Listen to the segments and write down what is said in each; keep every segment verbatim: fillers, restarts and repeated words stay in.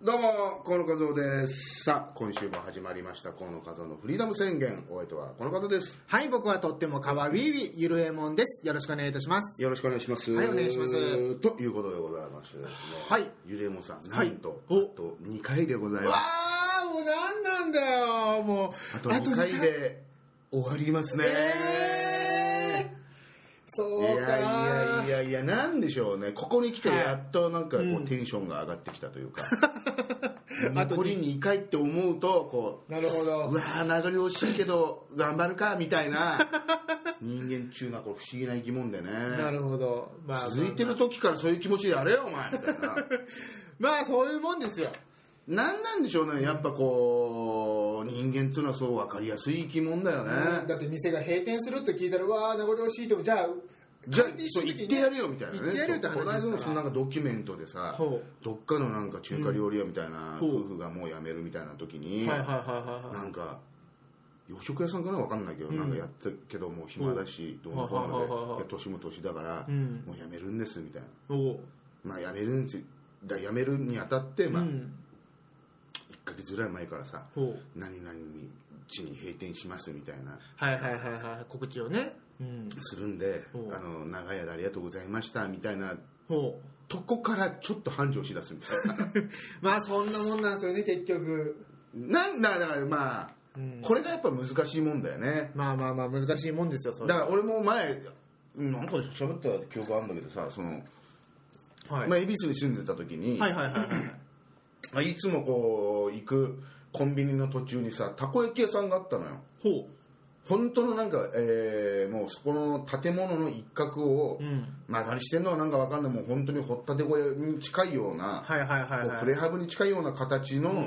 どうも河野和夫です。さあ今週も始まりました河野和夫のフリーダム宣言。お相手はこの方です。 はい、僕はとってもかわいいゆるえもんです。よろしくお願いいたします。 よろしくお願いします。 はい、お願いします。 ということでございましてですね、 はい、 ゆるえもんさん、 はい、 なんと、 おあとにかいでございます。 わー、もうなんなんだよ、もうあとにかいで終わりますね。 えーそうか。 いやいやいやいや、なんでしょうね、ここに来てやっとなんかこう、 はい、うん、 テンションが上がってきたというか残りにかいって思うとこう、 なるほど、 うわー流れ惜しいけど頑張るかみたいな人間中なこれ不思議な生き物でね。 なるほど、まあ、 続いてる時からそういう気持ちでやれよお前みたいなまあそういうもんですよ。 なんなんでしょうね、やっぱこう人間っていうのはそう分かりやすい生き物だよね、 うん、だって店が閉店するって聞いたらわー名残惜しいとも、じゃあじゃあそう言ってやるよみたいなね。 言ってやるよって話ですから。 この間のそのなんかドキュメントでさ、どっかのなんか中華料理屋みたいな夫婦がもう辞めるみたいな時に、なんか洋食屋さんかな分かんないけど、なんかやったけどもう暇だしどうのこうので、いや年も年だからもう辞めるんですみたいな。まあ辞めるんちだ辞めるにあたってまあいっかげつぐらい前からさ、何々に地に閉店しますみたいな、 はいはいはいはい、告知をね、うん、 するんで、あの長い間ありがとうございましたみたいなとこからちょっと繁盛しだすみたいなまあそんなもんなんですよね結局。 なんだだからまあ、うん、これがやっぱ難しいもんだよね。 まあまあまあ難しいもんですよそれ。 だから俺も前なんか喋った記憶あるんだけどさ、その、はい、まあ恵比寿に住んでた時に、はいはいはいはいまあ、いつもこう行くコンビニの途中にさたこ焼き屋さんがあったのよ。ほう。本当のなんか、えー、もうそこの建物の一角を間借りしてるのはなんかわかんない、もう本当に掘ったて小屋に近いような、はいはいはいはい、プレハブに近いような形の、うん、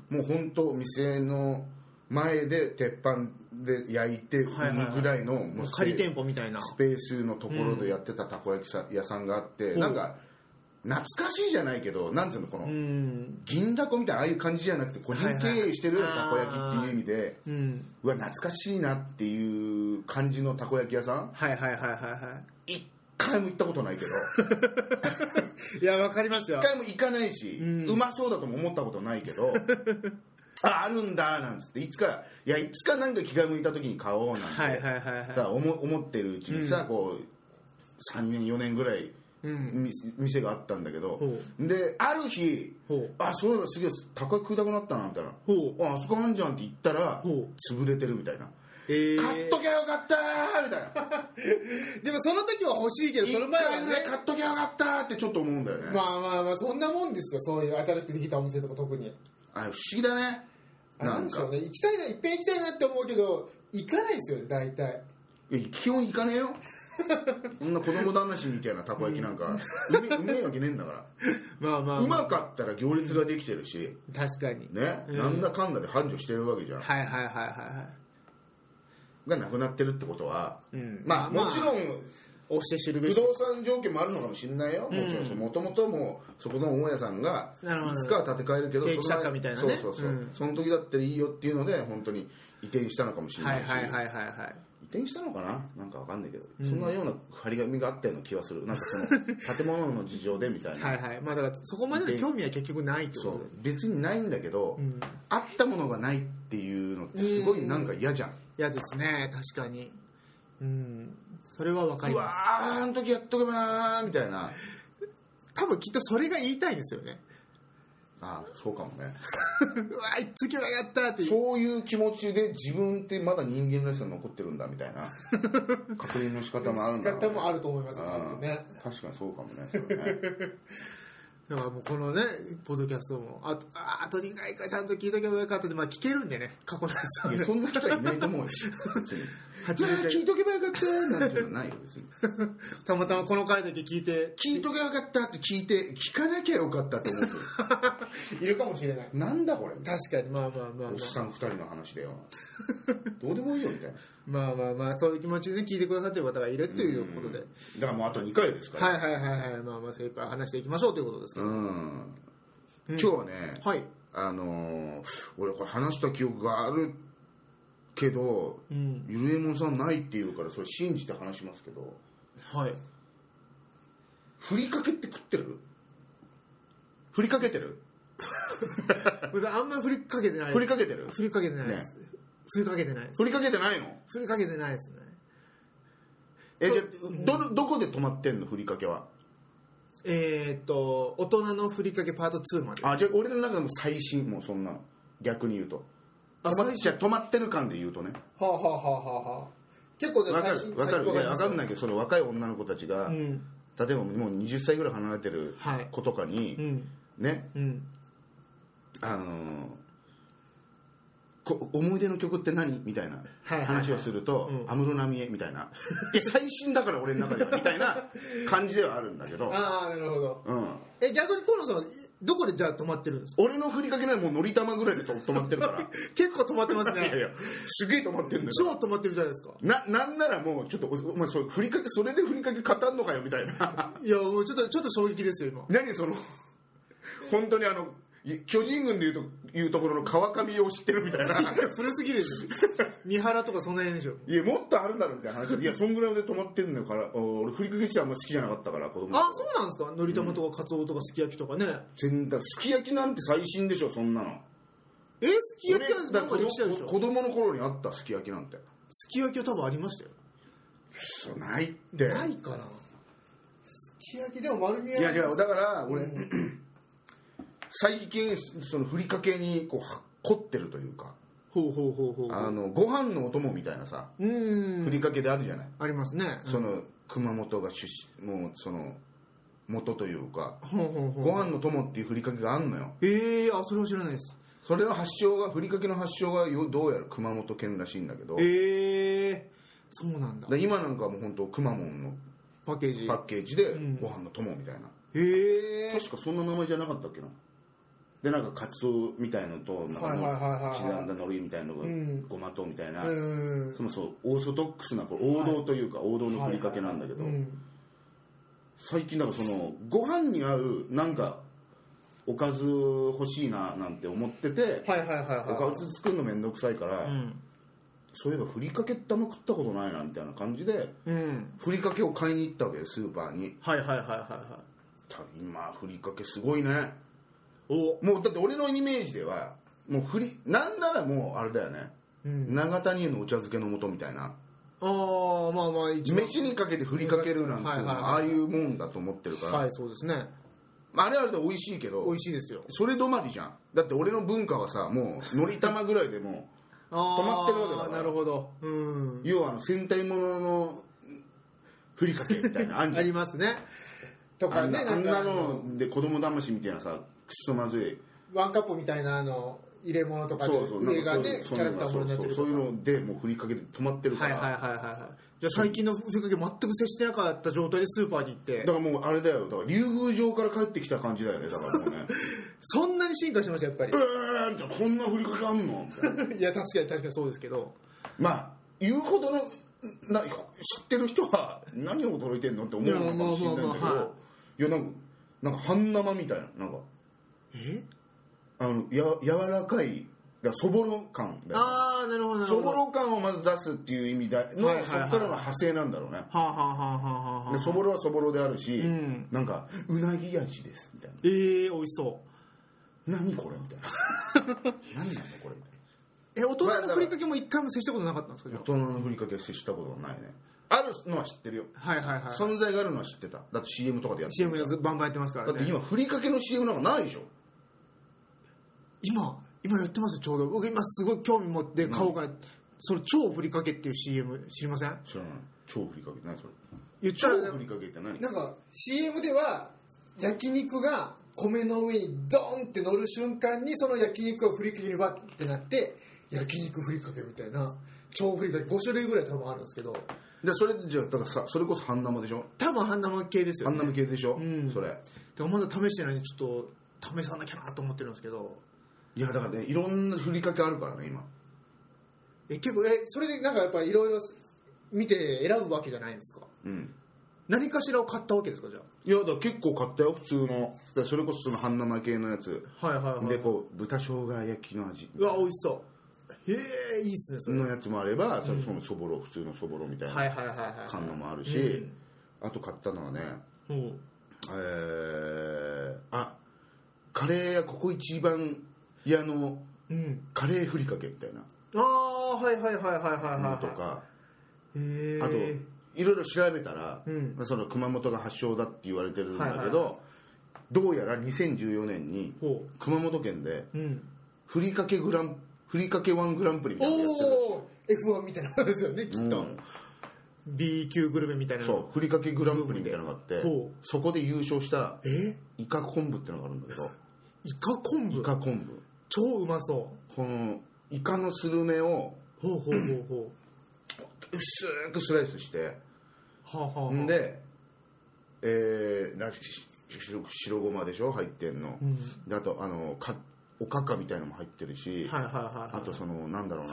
もう本当店の前で鉄板で焼いて売るぐらいの、はいはいはい、もう仮店舗みたいなスペースのところでやってたたこ焼き屋さんがあって、うん、なんか懐かしいじゃないけど、なんつうの、この銀だこみたいなああいう感じじゃなくて個人経営してるたこ焼きっていう意味で、うん、うわ懐かしいなっていう感じのたこ焼き屋さん、 はいはいはいはいはい、 一回も行ったことないけどいやわかりますよ。 一回も行かないし、うん、うまそうだとも思ったことないけどあ, あるんだなんつって、いつかいやいつかなんか気が向いた時に買おうなんて、はいはいはいはい、さ思, 思ってるうちにさ、うん、こうさんねんよねんぐらいうん、店があったんだけど、である日あそういえばすげえたこ焼き食いたくなったなみたいな、ああそこあんじゃんって言ったら潰れてるみたいな、えー、買っときゃよかったみたいなでもその時は欲しいけどその前は、ね、いっかいぐらい買っときゃよかったってちょっと思うんだよね。 まあまあまあそんなもんですよ、そういう新しくできたお店とか特に。 あ不思議だね。 なんでしょうね、行きたいな、いっぺん行きたいなって思うけど行かないですよね大体。 いや基本行かねえよそんな子供旦那しみたいなたこ焼きなんかうめ, うめえわけねえんだからまあまあ、まあ、うまかったら行列ができてるし、 確かにね、うん、なんだかんだで繁盛してるわけじゃん。 はいはいはいはいはいがなくなってるってことは、うん、まあ、 まあ、 もちろん押して知るべし不動産条件もあるのかもしれないよ、うん、もちろんもともともそこの大家さんがいつかは建て替えるけど、 定期借家みたいなね、 そうそうそう、うん、その時だっていいよっていうので本当に移転したのかもしれないし、 はいはいはいはいはい、 移転したのかな、なんかわかんないけど、うん、そんなような張り紙があったような気はする。なんかその建物の事情でみたいなはいはい、まあだからそこまでの興味は結局ないってこと。 そう別にないんだけど、うん、あったものがないっていうのってすごいなんか嫌じゃん。 嫌ですね確かに。うんそれはわかります。 うわーあの時やっとけばなーみたいな、 多分きっとそれが言いたいんですよね。 ああそうかもねうわいつきやがったっていう、 そういう気持ちで自分ってまだ人間らしさ残ってるんだみたいな確認の仕方もあるんだろう、ね、 仕方もあると思いますよね。 確かにそうかもねそれねだからもうこのねポッドキャストもあとああとにかいかちゃんと聞いとけばよかったって、まあ聞けるんでね過去のやつは、ね、 いやそんな人はいないと思うよ別にまあ聞いとけばよかったなんていうのはないよ別にたまたまこの回だけ聞いて聞いとけばよかったって聞いて聞かなきゃよかったって思ういるかもしれない。 なんだこれ確かにまあまあまあ、まあ、 おっさんふたりの話だよどうでもいいよみたいなまあまあまあそういう気持ちで聞いてくださっている方がいるっていうことで、 だからもうあとにかいですから、 はいはいはいはい、まあまあ精一杯話していきましょうということですから、うんうん今日はね、はい、あのー、俺これ話した記憶があるけど、うん、ゆるえもんさんないっていうからそれ信じて話しますけど、はい、ふりかけって食ってる？ふりかけてる？ あんまり振りかけてない。 振りかけてる？ 振りかけてないです、ね、振りかけてないです。 振りかけてないの？ 振りかけてないですね。 え、じゃあどどこで止まってんの振りかけは？ えー、っと大人のふりかけパートツーまで。 あ、じゃあ俺の中でも最新、もうそんなの逆に言うと、あ、止まっちゃ止まってる感で言うとね。 はあはあはあはあ。結構分かる分かる。いや分かんないけど、その若い女の子たちが、うん、例えばもうはたちぐらい離れてる子とかに、はい、うん、ね、うん、あのー思い出の曲って何みたいな話をすると安室奈美恵みたいな、え最新だから俺の中ではみたいな感じではあるんだけど。 ああなるほど、うん、え逆に河野さんはどこでじゃあ止まってるんですか？ 俺の振りかけないもうのり玉ぐらいで止まってるから結構止まってますね。 いやいやすげえ止まってるんだよ。 超止まってるじゃないですか。 ななんならもうちょっとお前それ振りかけそれで振りかけ語んのかよみたいないやもうちょっとちょっと衝撃ですよ今。 何その本当にあの巨人軍でいうというところの川上を知ってるみたいな古すぎるです三原とかそんな辺でしょ。 いやもっとあるんだろみたいな話。いやそんぐらいで止まってんのから俺振りかけ自体あんま好きじゃなかったから子供。 あそうなんですか。のり玉とかカツオとかすき焼きとかね、うん、 全然すき焼きなんて最新でしょそんなの。 えすき焼きはなんか歴史あるでしょ。 子供の頃にあったすき焼きなんて。 すき焼きは多分ありましたよ。 そうないってないかな。すき焼きでも丸見え。 いやいやだから俺、うん最近そのふりかけにこう凝ってるというか、 ほうほうほうほう、 あのご飯のお供みたいなさ、うんふりかけであるじゃない。 ありますね、 うん、その熊本が出身もうその元というか、ほうほうほうご飯の友っていうふりかけがあんのよ。 ええー、あそれは知らないです。 それの発祥がふりかけの発祥がどうやら熊本県らしいんだけど。 ええー、そうなんだ。 で今なんかはもう本当くまモンのパッケージパッケージでご飯の友みたいな、 うん、ええー、 確かそんな名前じゃなかったっけな。でなんかカツオみたいのとなんか刻んだ海苔みたいなのがごまとみたいな、うん、そもそもオーソドックスなこれ王道というか王道のふりかけなんだけど、最近なんかそのご飯に合うなんかおかず欲しいななんて思ってて、おかず作るのめんどくさいから、うん、そういえばふりかけってあんま食ったことないなみたいな感じで、うん、ふりかけを買いに行ったわけですスーパーに。 はいはいはいはいはい。 今ふりかけすごいね。おもうだって俺のイメージではもうふりなんならもうあれだよね、うん、長谷湯のお茶漬けの素みたいな。 ああまあまあ一番飯にかけてふりかけるなんていうのはああいうもんだと思ってるから。 はいそうですね。 あれあれで美味しいけど美味しいですよ。 それ止まりじゃん。だって俺の文化はさもうのり玉ぐらいでもう止まってるわけだから。 なるほど、うん、 要はあの戦隊もののふりかけみたいなあんじゃんありますねとかね。 あんなので子供騙しみたいなさくそまずいワンカップみたいなあの入れ物とかで上がねキャラクターものになってるとかそういうのでもうふりかけで止まってるから。 はいはいはいはい。じゃあ最近のふりかけ全く接してなかった状態でスーパーに行ってだからもうあれだよだから竜宮城から帰ってきた感じだよね。だからもうねそんなに進化してましたやっぱり。 えーこんなふりかけあんのみたいな。 いや確かに確かにそうですけどまあ言うほどのな知ってる人は何を驚いてんのって思うのかもしれないんだけど、いやなんかなんか半生みたいななんかえあのや柔らかいそぼろ感だよ、ね、 ああなるほどなるほど。 そぼろ感をまず出すっていう意味での、はいはいはい、そこからの派生なんだろうね。はあ、はあはあはあ、でそぼろはそぼろであるし、うん、なんかうなぎ味ですみたいな。 えー、美味しそう。 何これみたいな何なんだこれみたいな。 え大人のふりかけも一回も接したことなかったんですか。 大人のふりかけ接したことはないね。あるのは知ってるよ。 はいはいはい。 存在があるのは知ってた。だって シーエム とかでやってる。 シーエム バンバンやってますからね。 だって今ふりかけの シーエム なんかないでしょ。 今今やってますちょうど。僕今すごい興味持って買おうかな、うん、それ超ふりかけっていう シーエム 知りません。 知らない。超ふりかけって何それ。 言ったら超ふりかけって何。 なんか シーエム では焼肉が米の上にドーンって乗る瞬間にその焼肉がふりかけにわってなって焼肉ふりかけみたいな超ふりかけご種類ぐらい多分あるんですけど。 でそれじゃあだからさそれこそ半生でしょ。 多分半生系ですよね。 半生系でしょ、うん、それでもまだ試してないんでちょっと試さなきゃなと思ってるんですけど。 いやだからねいろんなふりかけあるからね今。 え結構えそれでなんかやっぱいろいろ見て選ぶわけじゃないんですか。うん何かしらを買ったわけですかじゃあ。 いやだから結構買ったよ普通の。だそれこそその半生系のやつ、 はいはいはい、 でこう豚生姜焼きの味うわ美味しそう。へえいいっすねそれのやつもあれば、うん、そのそぼろ普通のそぼろみたいな缶のもあるし、うん、あと買ったのはね、うん、えー、あカレー屋ここ一番屋のカレーふりかけみたいな、 ああはいはいはいはいはいはいとか、 へあといろいろ調べたら、うん、その熊本が発祥だって言われてるんだけど、はいはいはい、どうやらにせんじゅうよねんに熊本県でふりかけグランふりかけワングランプリみたいなのやってるんですよ。 エフワン みたいなのですよねきっと、うん、B 級グルメみたいな。 そうふりかけグランプリみたいなのがあって、そこで優勝したイカ昆布ってのがあるんだけど、 イカ昆布イカ昆布超うまそう。 このイカのスルメをほうほうほうほう薄くスライスして、 はあはあはあ、 んで、えー、白, 白ごまでしょ入ってんの、うん、であとあのかおかかみたいなのも入ってるし、 はいはいはいはい、 あとそのなんだろうな、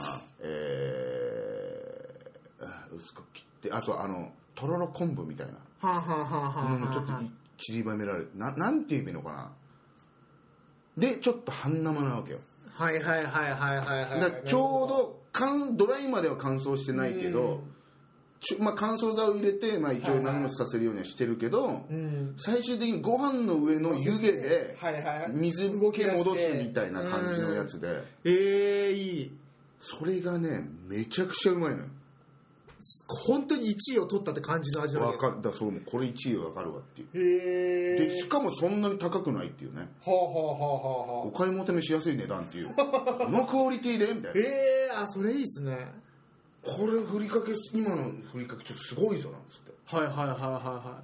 えー、薄く切ってあそうあのとろろ昆布みたいなのもちょっと散りばめられる な, なんて言えばいいのかな。でちょっと半生なわけよ。 はいはいはいはいはいはい。 だちょうど乾ドライまでは乾燥してないけど、ちょまあ、乾燥剤を入れて、まあ、一応長持ちさせるようにはしてるけど、はいはい、最終的にご飯の上の湯気で水気戻すみたいな感じのやつで、 えー、いい。 それがねめちゃくちゃうまいのよ。 本当にいちいを取ったって感じの味なわけ。 分かる。だそうこれいちい分かるわっていう。 へでしかもそんなに高くないっていうね。 はあはあはあはあ。 お買い求めしやすい値段っていうこのクオリティでみたいな。 へえー、あそれいいですね。 これふりかけ今のふりかけちょっとすごいぞなんつって。 はいはいはいはいはい。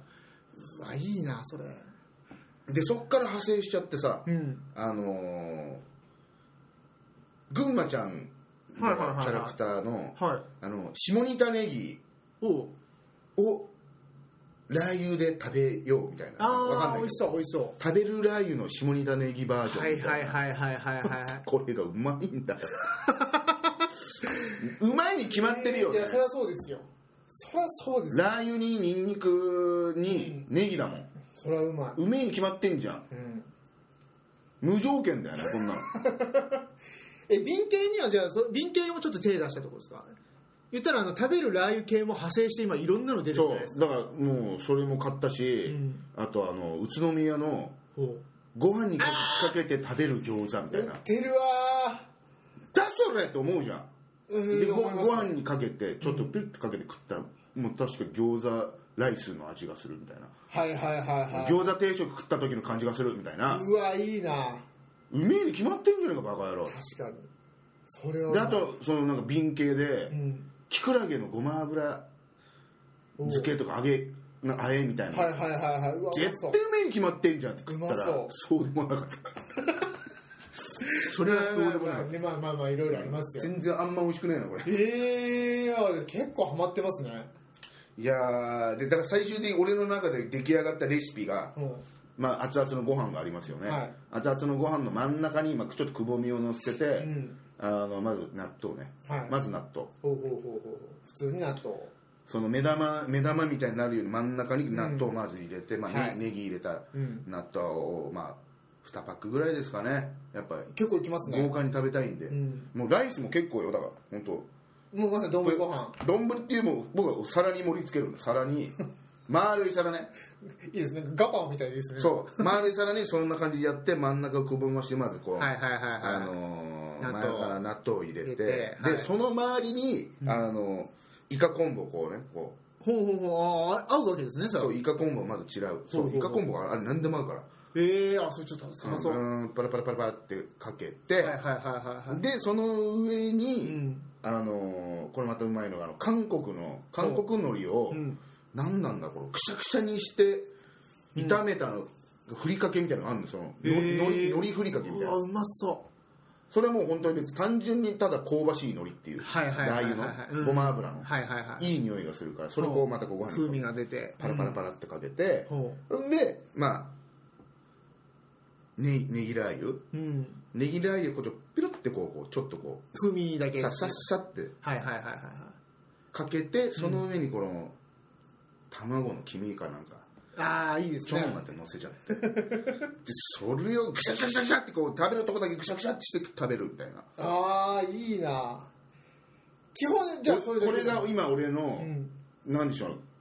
うわいいなそれ。 でそっから派生しちゃってさ、 うん、 あのー、群馬ちゃんのキャラクターの、 はい、 あの下仁田ネギをラー油で食べようみたいな。わかんないけど美味しそう美味しそう。 食べるラー油の下仁田ネギバージョンみたいな。 はいはいはいはいはいはいこれがうまいんだうまいに決まってるよね。 いやそりゃそうですよ。そりゃそうです。 ラー油にニンニクにネギだもん、うん、 そりゃうまい。 うめえに決まってんじゃん、うん、無条件だよねこんなのえ瓶系にはじゃあ瓶系もちょっと手出したところですか。言ったらあの食べるラー油系も派生して今いろんなの出てるじゃないですか。 そうだからもうそれも買ったし、うん、あとあの宇都宮のご飯にかけて食べる餃子みたいな。 売ってるわー。だそれって思うじゃん。で ご, ご飯にかけてちょっとピュッとかけて食ったら、うん、もう確かに餃子ライスの味がするみたいな。 はいはいはいはい。 餃子定食食った時の感じがするみたいな。 うわいいな。 うめえに決まってんじゃねえかバカ野郎。 確かにそれは。 であとそのなんか瓶系で、うん、キクラゲのごま油漬けとか揚げなあえみたいな。 はいはいはいはい。うわ絶対うめえに決まってんじゃんって食ったらそうそうでもなかったそれはそうでもない。 まあまあまあいろいろありますよ。 全然あんま美味しくないなこれ。 ええー、結構ハマってますね。 いやでだから最終的に俺の中で出来上がったレシピが、うん、まあ熱々のご飯がありますよね、はい、熱々のご飯の真ん中に、まあ、ちょっとくぼみを乗せて、うん、あのまず納豆ね、はい、まず納豆。 ほうほうほうほう。普通に納豆。 その目玉目玉みたいになるように真ん中に納豆をまず入れて、うんまあねはい、ネギ入れた納豆を、まあにパックぐらいですかね。やっぱり結構いきますね。 豪華に食べたいんで、うん、もうライスも結構よ。だから本当もうまだ丼ご飯丼っていうもう僕は皿に盛り付けるの。皿に丸い皿ねいいですね。ガパオみたいですね。 そう丸い皿にそんな感じでやって真ん中をくぼましてまずこうはいはいはいはいあのー、納豆納豆を入れて、 で、 はい、その周りに、うん、あのイカ昆布をこうねこうほうほうほうあ合うわけですね。 そうイカ昆布をまず散らう。そうイカ昆布はあれ何でも合うから。 ええー、あそれちょっと寒そう。 うんパラパラパラパラってかけて、はいはいはいはい、でその上に、うん、あのこれまたうまいのがあの韓国の韓国海苔を、うん、何なんだこれくしゃくしゃにして炒めたの、うん、ふりかけみたいなのがあるんですよ。海苔海苔ふりかけみたいな。 うわうまそう。 それはもう本当に別に単純にただ香ばしい海苔っていう、はいはいはいはい、ラー油のごま油の、はいはいはい、いい匂いがするからそれをこうまたこうご飯に風味が出てパラパラパラってかけて、うん、でまあねねぎラー油、うん、ねぎラー油こうちょっとピロってこうこうちょっとこう風味だけささっさってはいはいはいはいかけてその上にこの、うん、卵の黄身かなんかああいいですねちょんって乗せちゃってでそれをぐしゃぐしゃぐしゃぐしゃってこう食べるとこだけぐしゃぐしゃってして食べるみたいな。 ああいいな。基本じゃあそれだけこれが今俺の、うん、なんでしょう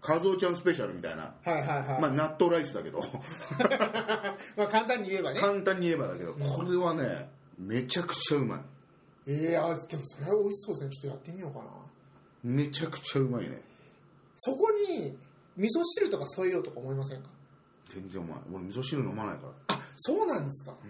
和夫ちゃんスペシャルみたいな、 はいはいはい、 まあ納豆ライスだけどまあ簡単に言えばね簡単に言えばだけど、これはねめちゃくちゃうまい。 ええー、あでもそれは美味しそうですね。ちょっとやってみようかな。 めちゃくちゃうまいね。 そこに味噌汁とか添えようとか思いませんか？ 全然うまい。俺味噌汁飲まないから。 あ、そうなんですか。うん、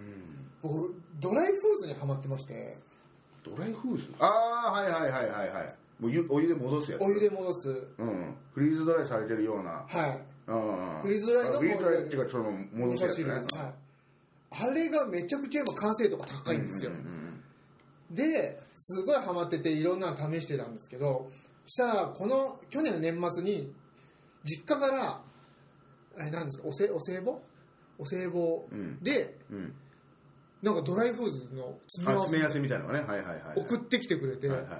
僕ドライフーズにハマってまして。 ドライフーズ？ああ、はいはいはいはいはい。もう湯お湯で戻すやつ。 お湯で戻す。 うん。フリーズドライされてるような。 はい。 うん。 フリーズドライのフリーズドライっていうかその戻すやつ、ね。 味噌汁です。はい。あれがめちゃくちゃ今完成度が高いんですよ。うんうんうん、ですごいハマってていろんなの試してたんですけど、したらこの去年の年末に実家からあれなんですか、おせお歳暮お歳暮で、うんうん、なんかドライフーズの詰め合わせ詰め合わせみたいなのがね、はいはいはい、 送ってきてくれて、はいはいはい、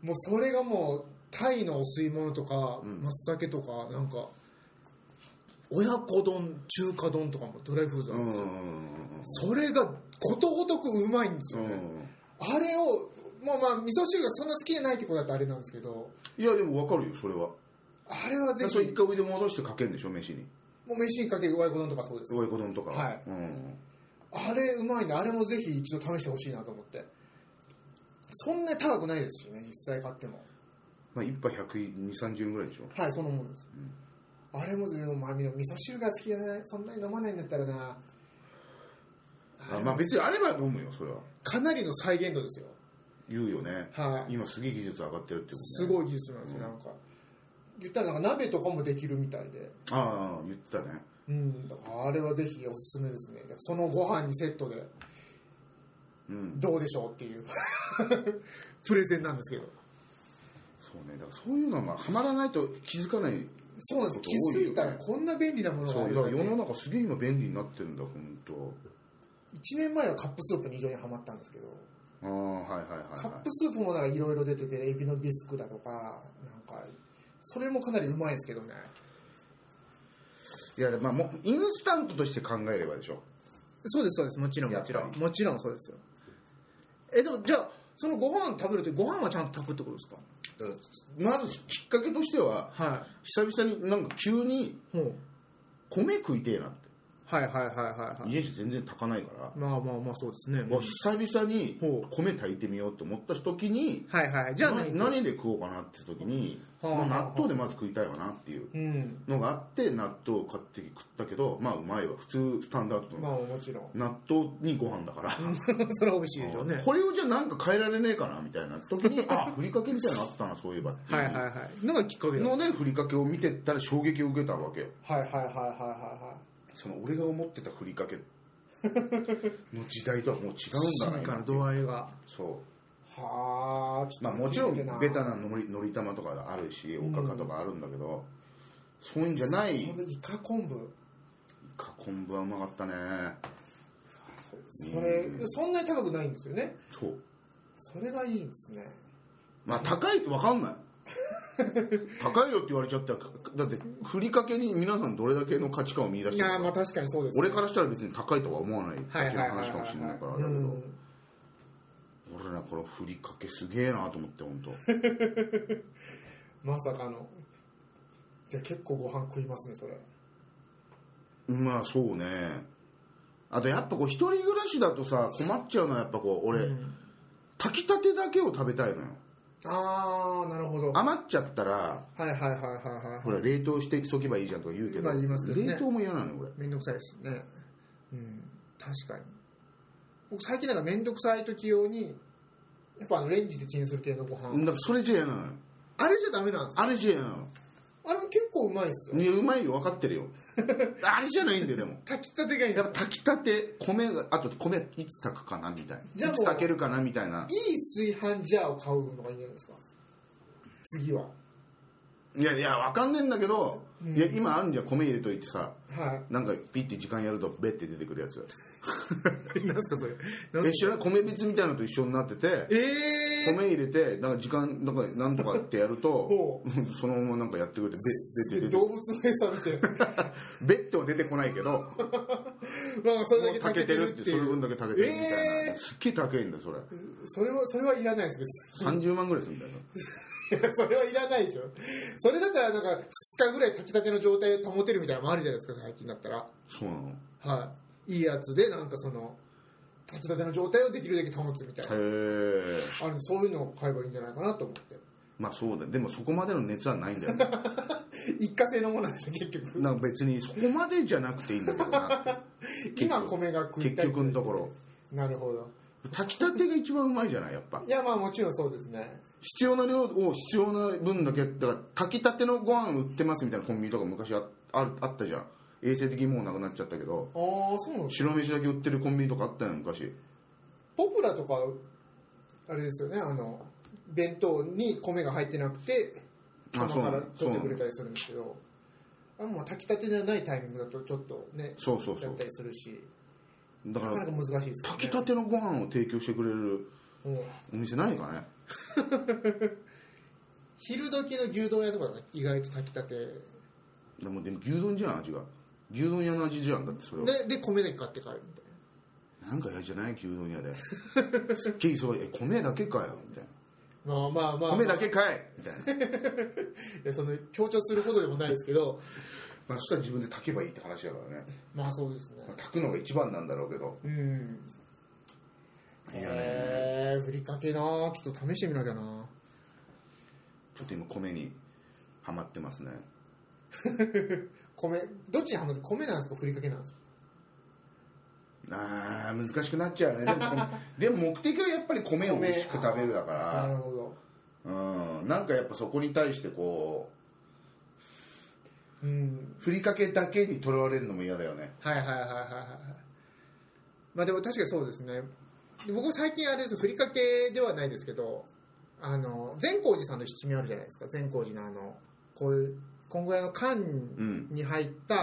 もうそれがもうタイのお吸い物とか、うん、松茸とかなんか親子丼中華丼とかもドライフーズなんですよ。それがことごとくうまいんですよね。あれをまあまあ味噌汁がそんな好きじゃないってことだとあれなんですけど、いやでも分かるよそれは。 あれはぜひそれ一回お湯で戻してかけるんでしょ飯に。 もう飯にかける親子丼とかそうです。 親子丼とかはい、うん、あれうまいんで、あれもぜひ一度試してほしいなと思って。そんなに高くないですしね実際買っても。 まあ一杯ひゃくにじゅう、さんじゅうえんぐらいでしょ。 はいそのものです、うん、あれもでもまあ味噌汁が好きじゃない、そんなに飲まないんだったらな。 あまあ別にあれば飲むよそれは。 かなりの再現度ですよ。 言うよね、 はい、 今すげえ技術上がってるってことね。 すごい技術なんですよ、うん、なんか言ったらなんか鍋とかもできるみたいで。 ああ言ってたね。 うんだからあれはぜひおすすめですね。そのご飯にセットで、うん、どうでしょうっていうプレゼンなんですけど。 そうね、だからそういうのはハマらないと気づかない。 そうなんです、気づいたらこんな便利なものがある。 そうだから世の中すげえ今便利になってるんだ本当。 いちねんまえはカップスープに非常にハマったんですけど、 ああはいはいはい、はい、 カップスープもなんかいろいろ出ててエビのビスクだとかなんかそれもかなりうまいですけどね。 いやまあもうインスタントとして考えればでしょ。 そうですそうです、もちろんもちろんもちろんそうですよ。えでもじゃあそのご飯食べるときご飯はちゃんと炊くってことですか？ まずきっかけとしては、はい、久々になんか急に米食いてえなって。 はいはいはいはい、 家じゃ全然炊かないから。 まあまあまあそうですね。 もう久々に米炊いてみようと思った時に、 はいはい、じゃあ何, 何で食おうかなって時に、はあはあ、まあ、納豆でまず食いたいわなっていうのがあって納豆を買って食ったけど、まあうまいわ、普通スタンダードの、 まあもちろん納豆にご飯だからそれは美味しいでしょうね。 これをじゃあなんか変えられねえかなみたいな時にあふりかけみたいなのあったなそういえばっていうはいはいはいのがきっかけのでふりかけを見てったら衝撃を受けたわけよ。 はいはいはいはいはいはい。 その俺が思ってたふりかけの時代とはもう違うんだな進化の度合いが。 そうはあ、 まあもちろんベタなのりのり玉とかあるしおかかとかあるんだけど、うん、そういうんじゃない。 イカ昆布イカ昆布はうまかったね。 それ、うん、そんなに高くないんですよね。 そうそれがいいんですね。 まあ高いって分かんない高いよって言われちゃったらだってふりかけに皆さんどれだけの価値観を見出してるか。 いやまあ確かにそうです、ね、 俺からしたら別に高いとは思わないだけの話かもしれないからあれだけど、俺らこれふりかけすげえなと思って本当まさかの。じゃあ結構ご飯食いますねそれ。 まあそうね。あとやっぱこう一人暮らしだとさ困っちゃうのはやっぱこう俺、うん、炊きたてだけを食べたいのよ。 ああなるほど。 余っちゃったらはいはいはいはいはいほら冷凍しておけばいいじゃんとか言うけど、まあ言いますけどね、冷凍も嫌なのよ俺。 めんどくさいですね。うん確かに僕最近なんかめんどくさい時用にやっぱあのレンジでチンする系のご飯だからそれじゃ嫌なのよ。 あれじゃダメなんですか？ あれじゃ嫌なの。 あれも結構うまいっすよ。 いやうまいよ分かってるよあれじゃないんだよ。でも炊きたてがいい。 やっぱ炊きたて米があと米いつ炊くかなみたいな、いつ炊けるかなみたいな。 いい炊飯ジャーを買うのがいいんじゃないですか次は。 いやいや分かんねえんだけど、うん、いや今あんじゃん米入れといてさ、 はい、 なんかピッて時間やるとベッて出てくるやつなんすかそれ。 え知らない米びつみたいなのと一緒になってて、 えー、 米入れてなんか時間なんかなんとかってやるとそのままなんかやってくれてベッて出て動物の餌みたいなベッては出てこないけどまあそれだけ炊けてるっていう、それ分だけ炊けてるみたいな、えー、すっげえ高いんだそれ。 それはそれはいらないです別に。 さんじゅうまんぐらいするみたいないやそれはいらないでしょ。それだったらなんかふつかぐらい炊きたての状態を保てるみたいなのもあるじゃないですか、最近だったら。 そうなの？ はい、いいやつでなんかその炊きたての状態をできるだけ保つみたいな。へえ。あのそういうのを買えばいいんじゃないかなと思って。 まあそうだ。でもそこまでの熱はないんだよね。 一過性のものなんでしょ結局。 なんか別にそこまでじゃなくていいんだけどなって。 今米が食いたい。 結局のところ。 なるほど。 炊きたてが一番うまいじゃないやっぱ。 いやまあもちろんそうですね。 必要な量を必要な分だけ、だから炊きたてのご飯売ってますみたいなコンビニとか昔 あ, あ, あったじゃん。衛生的にもうなくなっちゃったけど。 ああそうなんですか。白飯だけ売ってるコンビニとかあったよ昔。 ポプラとかあれですよね、あの弁当に米が入ってなくて釜から取ってくれたりするんですけど、あもう炊きたてじゃないタイミングだとちょっとね、 そうそうそうやったりするし、 だからなかなか難しいですよね。 炊きたてのご飯を提供してくれるお店ないかね。 昼時の牛丼屋とか意外と炊きたてでもでも牛丼じゃん、味が牛丼屋の味じゃん。だってそれはでで米だけ買って帰るみたいな。なんか嫌じゃない牛丼屋ですっげえ急いで、え米だけかよみたいな。 まあまあまあ、 米だけかいみたいな。いやその強調するほどでもないですけど、 まあそしたら自分で炊けばいいって話だからね。 まあそうですね、 まあ、炊くのが一番なんだろうけど。 うん。いやねえー、ふりかけな、ちょっと試してみなきゃな。 ちょっと今米にハマってますね。 米どっちにハマって、米なんですかふりかけなんですか。 あー難しくなっちゃうね。でもでも目的はやっぱり米を美味しく食べるだから。 なるほど。 うん、なんかやっぱそこに対してこう、うん、 ふりかけだけにとらわれるのも嫌だよね。 はいはいはいはいはい。まあでも確かにそうですね。僕最近あれです、ふりかけではないですけど、あの善光寺さんの七味あるじゃないですか。善光寺のあのこういうこんぐらいの缶に入った、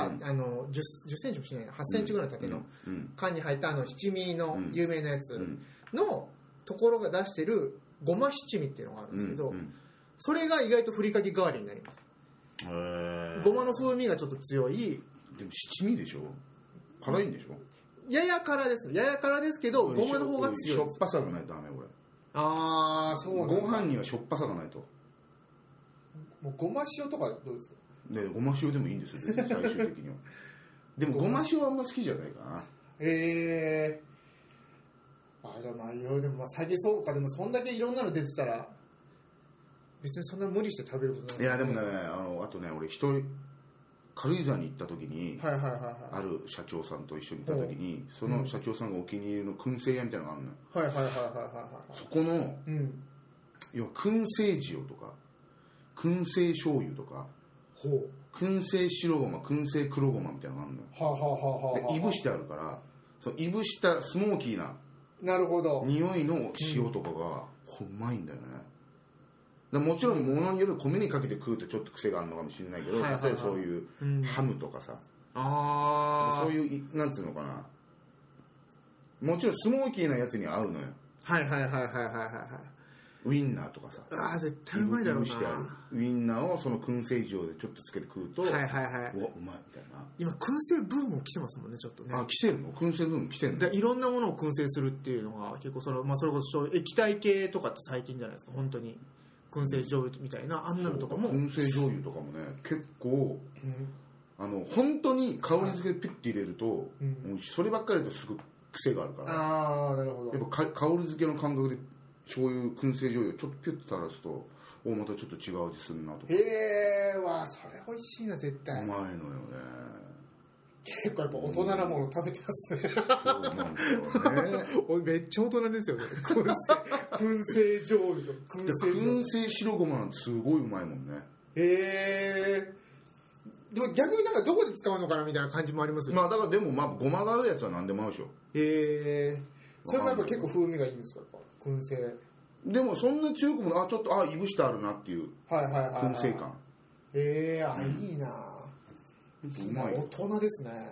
うん、あの 10, 10センチもしないはちセンチぐらいの縦の缶に入ったあの七味の有名なやつのところが出してるごま七味っていうのがあるんですけど、うんうん、それが意外とふりかけ代わりになります。へごまの風味がちょっと強い。 でも七味でしょ、辛いんでしょ。 やや辛です。やや辛ですけどごまの方が強い。 しょっぱさがないとダメこれ。 ああそうなんだ。 ご飯にはしょっぱさがないと。 もうごま塩とかどうですか。 ね、ごま塩でもいいんですよ最終的には。でもごま塩はあんま好きじゃないかな。 へえー、あじゃあまあいろいろでもまあ最近そうか。でもそんだけいろんなの出てたら別にそんな無理して食べることない、 ね、いやでもね、あのあとね俺一人軽井沢に行った時に、 はいはいはいはい、 ある社長さんと一緒に行った時に、その社長さんがお気に入りの燻製屋みたいなのがあるのよ。 はいはいはいはいはい。 そこの、うん、要は燻製塩とか燻製醤油とか、ほう燻製白ごま、燻製黒ごまみたいなのがあるのよ。はあはあはあはあ、でいぶしてあるから、そのいぶしたスモーキーななるほど匂いの塩とかが、うん、うまいんだよね。だもちろん物による米にかけて食うとちょっと癖があるのかもしれないけど、はいはいはい、例えばそういうハムとかさ、うん、あそういうなんつうのかな、もちろんスモーキーなやつに合うのよ。 はいはいはいはいはいはい。 ウインナーとかさ、 あ絶対うまいだろうな。 ウインナーをその燻製塩でちょっとつけて食うと、はいはいはい、うわうまいみたいな。 今燻製ブーム来てますもんねちょっとね。 あ来てるの？燻製ブーム来てるの？ いろんなものを燻製するっていうのが結構その、まあ、それこそ液体系とかって最近じゃないですか。本当に燻製醤油みたいなあんなのとかも、 燻製醤油とかもね結構、うん、あの本当に香り付けでピッて入れると、うん、そればっかりだとすぐ癖があるから。 ああなるほど。 やっぱ香り付けの感覚で醤油燻製醤油ちょっとピュッと垂らすとおまたちょっと違う味するなとか。 へえわそれ美味しいな絶対。 うまいのよね。 結構やっぱ大人なもの食べてますね。 そうなんだよね。 めっちゃ大人ですよね。燻製醤油と燻製燻製白ごまなんてすごいうまいもんね。 へえでも逆になんかどこで使うのかなみたいな感じもありますよね。 まあだからでもまあごまが合うやつは何でも合うでしょ。 へえそれもやっぱ結構風味がいいんですか。燻製でもそんな強くもあちょっとあいぶしてあるなっていう燻製感。 へえあいいな。うまい。大人ですね。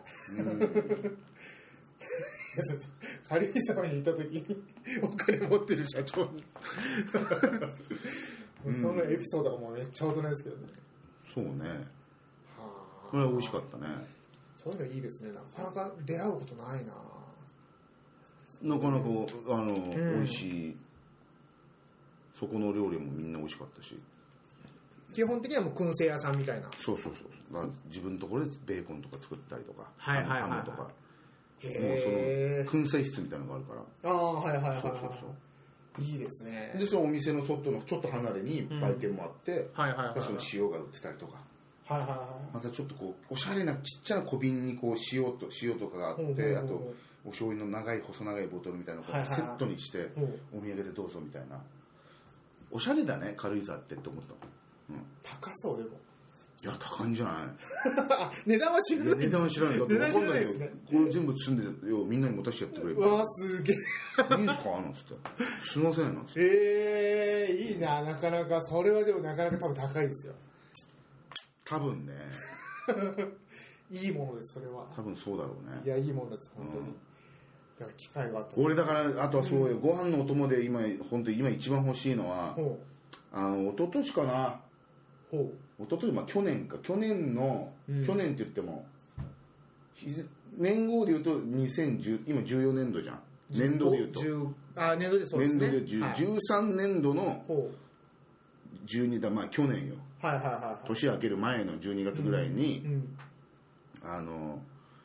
軽井沢にいた時にお金持ってる社長にそのエピソードがもうめっちゃ大人ですけどね。 そうね。はあ。これは美味しかったね。 そういうのいいですね。なかなか出会うことないな。 なかなかあの、うん、美味しい。そこの料理もみんな美味しかったし。 基本的にはもう燻製屋さんみたいな。 そうそうそう、まあ、自分のところでベーコンとか作ったりとか、 はいはいはい、はい、 ハムとか、へもうその燻製室みたいなのがあるから。 ああ、はいはいはいはい、そうそうそう、いいですね。 でそのお店の外のちょっと離れに売店もあって、うん、はいはいはい、その塩が売ってたりとか、はいはいはい、またちょっとこうおしゃれなちっちゃな小瓶にこう塩と塩とかがあって、ほうほうほう、あとお醤油の長い細長いボトルみたいなのをセットにしてお土産でどうぞみたいな、おしゃれだね軽井沢ってって思った、 うん、高そうでも。 いや高いんじゃない値段は知らない。 値段は知らない。だって分かんないよ、ね、これ全部包んでよみんなに持たせてやってくれる。 うわすげえ。 いいんですかなんつってすいませんなんつって。 えー、いいな。なかなかそれはでもなかなか多分高いですよ。 多分ねいいものですそれは。 多分そうだろうね。 いやいいものです本当に、うん、だから機会があったら。 俺だからあとはそうよ、うん、ご飯のお供で今本当に今一番欲しいのは、あの一昨年かな。ほう。一昨年まあ去年か去年の、うん、去年って言っても年号で言うとにせんじゅう今じゅうよねんどじゃん。年度で言うとあ年度でそうですね。 年度で、はい、じゅうさんねんどのじゅうにだまあ去年よ。はいはいはいはい、年明ける前のじゅうにがつぐらいに、うんうん、あの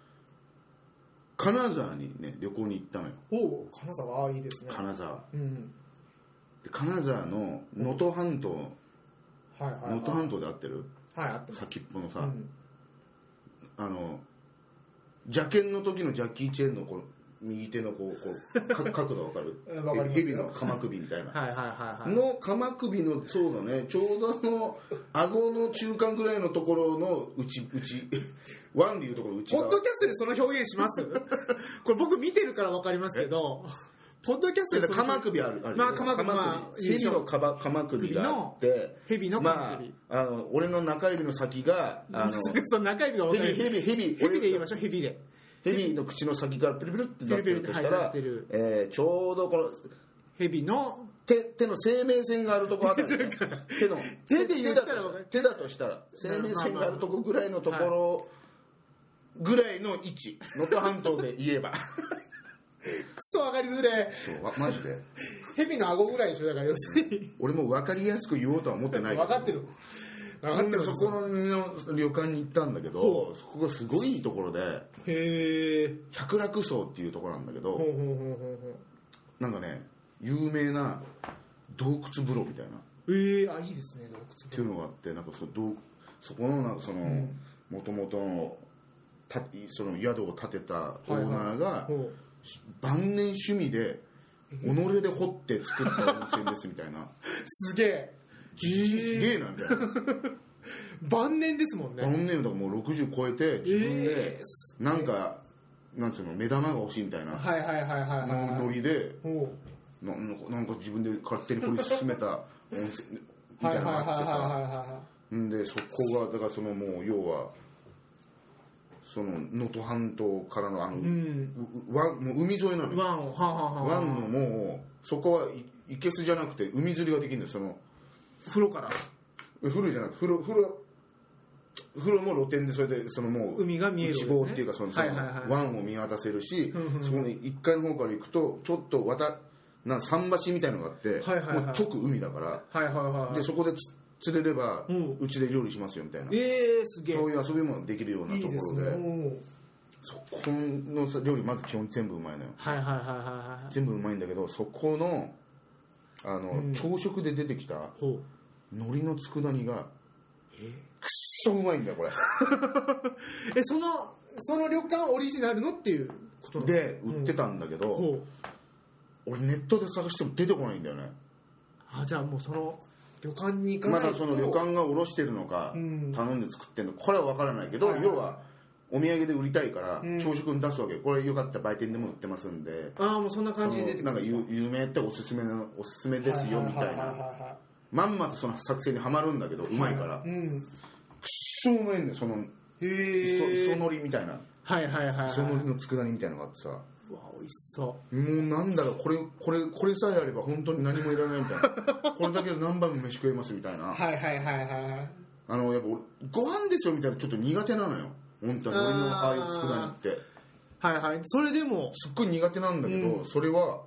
金沢にね旅行に行ったのよ。 お金沢あいいですね。 金沢、うん、で金沢の能登半島、能登半島で合ってる、はい、合ってます。先っぽのさ、うん、あの邪剣の時のジャッキー・チェンのこの右手のこうこう角度わかる蛇の鎌首みたいなはいはいはい、はい、の鎌首のそうだねちょうどあの顎の中間ぐらいのところの内内ワンでいうところ内側。 ポッドキャストでその表現しますこれ僕見てるからわかりますけどポッドキャストで鎌首あるある、 まあ、鎌首まあ蛇の鎌首があって蛇の鎌首、 まあ、あの俺の中指の先があのその中指が分かる蛇蛇蛇で言いましょう蛇で蛇の口の先からピルピルってなってるとしたら、えー、ちょうどこの蛇の手, 手の生命線があるとこあたり、ね、手の手で言ったら手だとしたら生命線があるとこぐらいのところぐらいの位置能登半島で言えばくそ分かりづれそうマジで蛇の顎ぐらいでしょ。だから要するに俺も分かりやすく言おうとは思ってないけど分かってる分かってる。そこの旅館に行ったんだけどそこがすごいいいところでへえ百楽荘っていうところなんだけどほうほうほうほうなんかね有名な洞窟風呂みたいなええあいいですね洞窟っていうのがあってなんか そ, どそこのなんかそのもともとのたその宿を建てたオーナーが、はいはい、晩年趣味で己で掘って作った温泉ですみたいなすげえすげえなみたいな晩年ですもんね。 晩年だからもうろくじゅう超えて自分でなんか、えー、なんつうの目玉が欲しいみたいなノリでななんか自分で勝手に掘り進めた温泉みたいなのがあってさんでそこがだからそのもう要はその能登半島からのあの、うん、湾もう海沿いなのよ。湾をははは湾のもうそこは生けすじゃなくて海釣りができるんです。その風呂から風呂じゃなくて風呂風呂風呂も露天でそれでそのもう海が見える、ね、 一望っていうかその、はいはいはい、湾を見渡せるし、そこにいっかいの方から行くとちょっと渡な桟橋みたいのがあって、はいはいはい、もう直海だから、はいはいはい、でそこで釣れればうち、ん、で料理しますよみたいな、 えー、すげえそういう遊びもできるようなところで、いいですね、そこの料理まず基本全部うまいのよ、はいはいはいはい、全部うまいんだけどそこのあの、うん、朝食で出てきた海苔の佃煮がえくっそうまいんだよこれえそのその旅館オリジナルのっていうことで売ってたんだけど、うん、俺ネットで探しても出てこないんだよね。 あじゃあもうその旅館に行かないとまだその旅館が卸してるのか、うん、頼んで作ってるのかこれは分からないけど、はいはいはい、要はお土産で売りたいから朝食に出すわけ、うん、これよかったら売店でも売ってますんでああもうそんな感じで出てくるなんか有名っておすすめのおすすめですよみたいなまんまとその作戦にはまるんだけどうまいから、はいうん、くっそうまいんだよその磯のりみたいなはいはいはい、はい、磯のりの佃煮みたいなのがあってさうわ美味しそうもうなんだろうこれこれこれさえあれば本当に何もいらないみたいなこれだけで何杯も飯食えますみたいなはいはいはいはいあのやっぱ俺ご飯ですよみたいなちょっと苦手なのよ本当に俺のああいう佃煮ってはいはいそれでもすっごい苦手なんだけど、うん、それは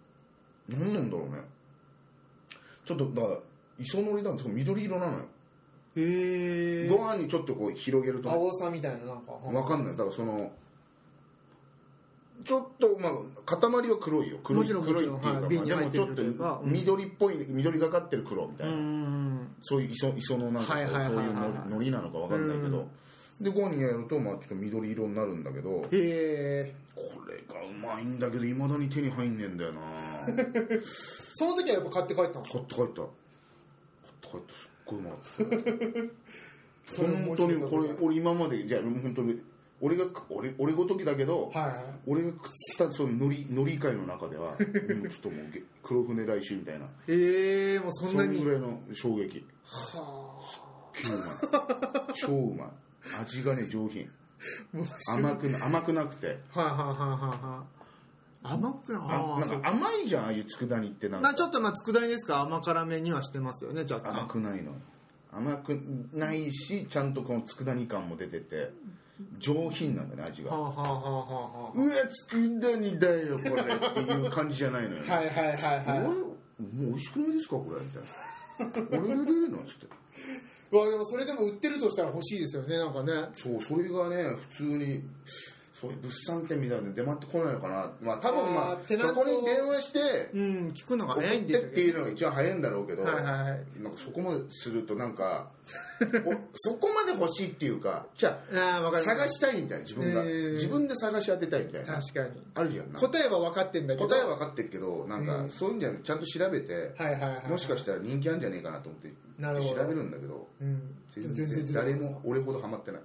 何なんだろうねちょっとだから磯のりなんですけど緑色なのよへえ。 ご飯にちょっとこう広げると、ね、 青さみたいななんかわかんない。だからそのちょっとまあ塊は黒いよ。黒い黒いっていうか、はい、まあ、でもちょっと緑っぽい、緑がかってる黒みたいな、うん、そういう磯磯のなんかそういうのりなのかわかんないけど、でご飯にやるとまあちょっと緑色になるんだけど、 へえ。 これがうまいんだけどいまだに手に入んねえんだよな。 その時はやっぱ買って帰ったの？ 買って帰った。買って帰った。すっごいうまい。本当にこれ俺今までじゃあ本当に。俺が俺俺ごときだけど、はいはい、俺が食ったその海苔海苔界の中ではもうちょっともう黒船来週みたいな。 ええー、もうそんなに。 そのぐらいの衝撃。はあ。超うまい。超うまい。味がね上品。甘く甘くなくて。はいはいはいはい。甘くなあなんか甘いじゃんああいう佃煮ってなんか。 ちょっとまあ佃煮ですか甘辛めにはしてますよねちょっと。 甘くないの。甘くないしちゃんとこの佃煮感も出てて。上品なんだね味が。はあはあはあはあ、うわ佃煮だよこれっていう感じじゃないのよ、ね。 はいはいはいはい。 もう美味しくないですかこれみたいな。俺れれなんつって。 わでもそれでも売ってるとしたら欲しいですよねなんかね。 そうそれがね普通にそういう物産展みたいなので出回ってこないのかな。まあ多分まあそこに電話してうん聞くのが早いんですよ、 っていうのが一番早いんだろうけど、 はいはいはい、 なんかそこまでするとなんかそこまで欲しいっていうかじゃああ探したいみたいな自分が、えー、自分で探し当てたいみたいな。 確かにあるじゃん。 答えは分かってんだけど答えは分かってるけどなんかそういうんじゃなくてちゃんと調べて、はいはいはいはい、もしかしたら人気あるんじゃねえかなと思って調べるんだけど、うん、全然誰も俺ほどハマってない。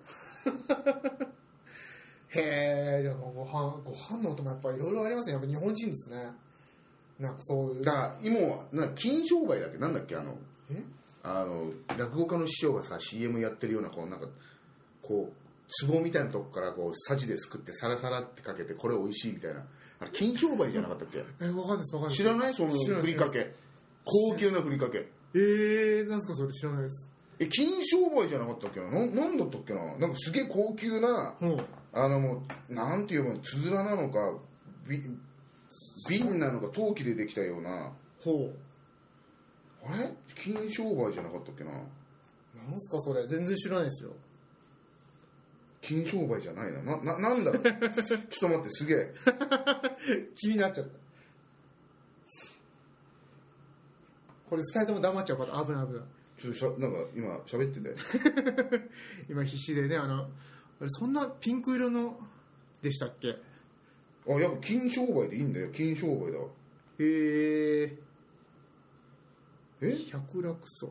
へえ、でもご飯ご飯の音もやっぱいろいろありますね。やっぱ日本人ですね。なんかそういう。 だ今はな金商売だっけなんだっけあのえあの落語家の師匠がさ シーエム やってるようなこうなんかこう壺みたいなとこからこうさじですくってサラサラってかけてこれ美味しいみたいなあれ金商売じゃなかったっけ？ えわかんないですわかんないです。 知らないそのふりかけ高級なふりかけ。 えー、なんすかそれ知らないです。 え金商売じゃなかったっけな な, なんだったっけななんかすげえ高級な、うん、あのもうなんていうのつづらなのか瓶なのか陶器でできたようなほうあれ金商売じゃなかったっけななんすかそれ全然知らないですよ。 金商売じゃないな な, な, なんだろうちょっと待ってすげえ気になっちゃった。これふたりとも黙っちゃうから危ない危ない。 ちょっとしゃなんか今喋ってて今必死でねあのあれそんなピンク色のでしたっけ？ あやっぱ金商売でいいんだよ金商売だ。 へええ百楽荘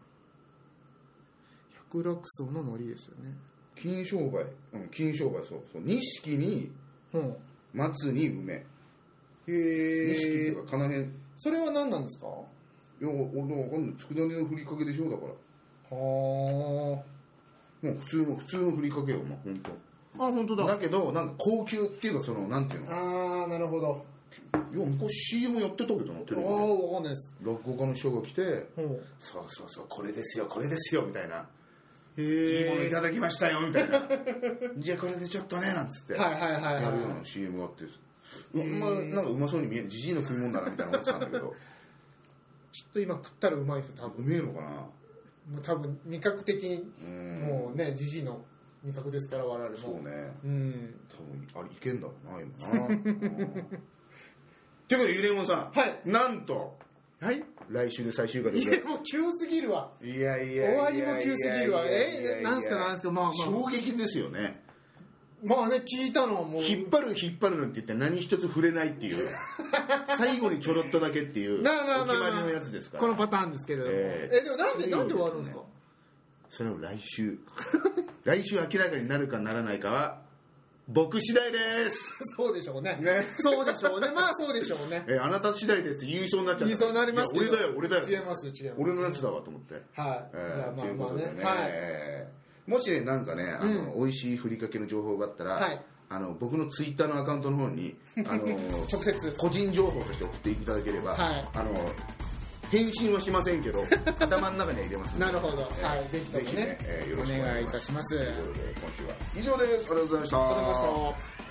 百楽荘の海苔ですよね。 金商売、うん、金商売そうそう錦に、うん、松に梅。へえ錦っていうかかなへん。 それは何なんですか？ いや俺のわかんない佃煮のふりかけでしょだから。はあもう普通の普通のふりかけよまあ本当。 あ本当だ。 だけどなんか高級っていうかそのなんていうのああなるほど。 いや昔 シーエム やってたけどなテレビで。 ああわかんないです。 落語家の人が来て、うん、そうそうそうこれですよこれですよみたいな。へえ。いいものいただきましたよみたいな。じゃあこれでちょっとねなんつってはいはいはいはい、 やるような シーエム があって、うまなんかうまそうに見えるジジイの食い物だなみたいな思ってたんだけど。 ちょっと今食ったらうまいですよ多分。 うめえのかな。 もう多分味覚的にもうねジジイの味覚ですから我々も。 そうね。うん多分あれいけんだろうな今な。ということでゆれもさん、はい、なんと、はい、来週で最終回でいやもう急すぎるわ。 いやいや終わりも急すぎるわ。えなんすかなんすかまあまあ衝撃ですよね。 まあね聞いたのはもう引っ張る引っ張るなんて言って何一つ触れないっていう最後にちょろっとだけっていうまあまあまあ、まあ、 お決まりのやつですから、 このパターンですけれども、えー、えでもなんでなんで終わるんですか。 それを来週来週明らかになるかならないかは僕次第ですそうでしょうね。ねそうでしょうね。まあそうでしょうね。 えー、あなた次第ですって言いそうになっちゃった。 言いそうになりますけど。 俺だよ俺だよ。 違いますよ違います。 俺のやつだわと思って。はい。 えー、じゃあまあまあね。 ねはい。もしねなんかねあの、うん、美味しいふりかけの情報があったら、はい、あの僕のツイッターのアカウントの方にあの直接個人情報として送っていただければ、はい、あの返信はしませんけど頭の中には入れます。 なるほど。えー、はいぜひともね、ねえー、よろしくお願いいたします。ということで今週は以上です。ありがとうございました。 ありがとうございました。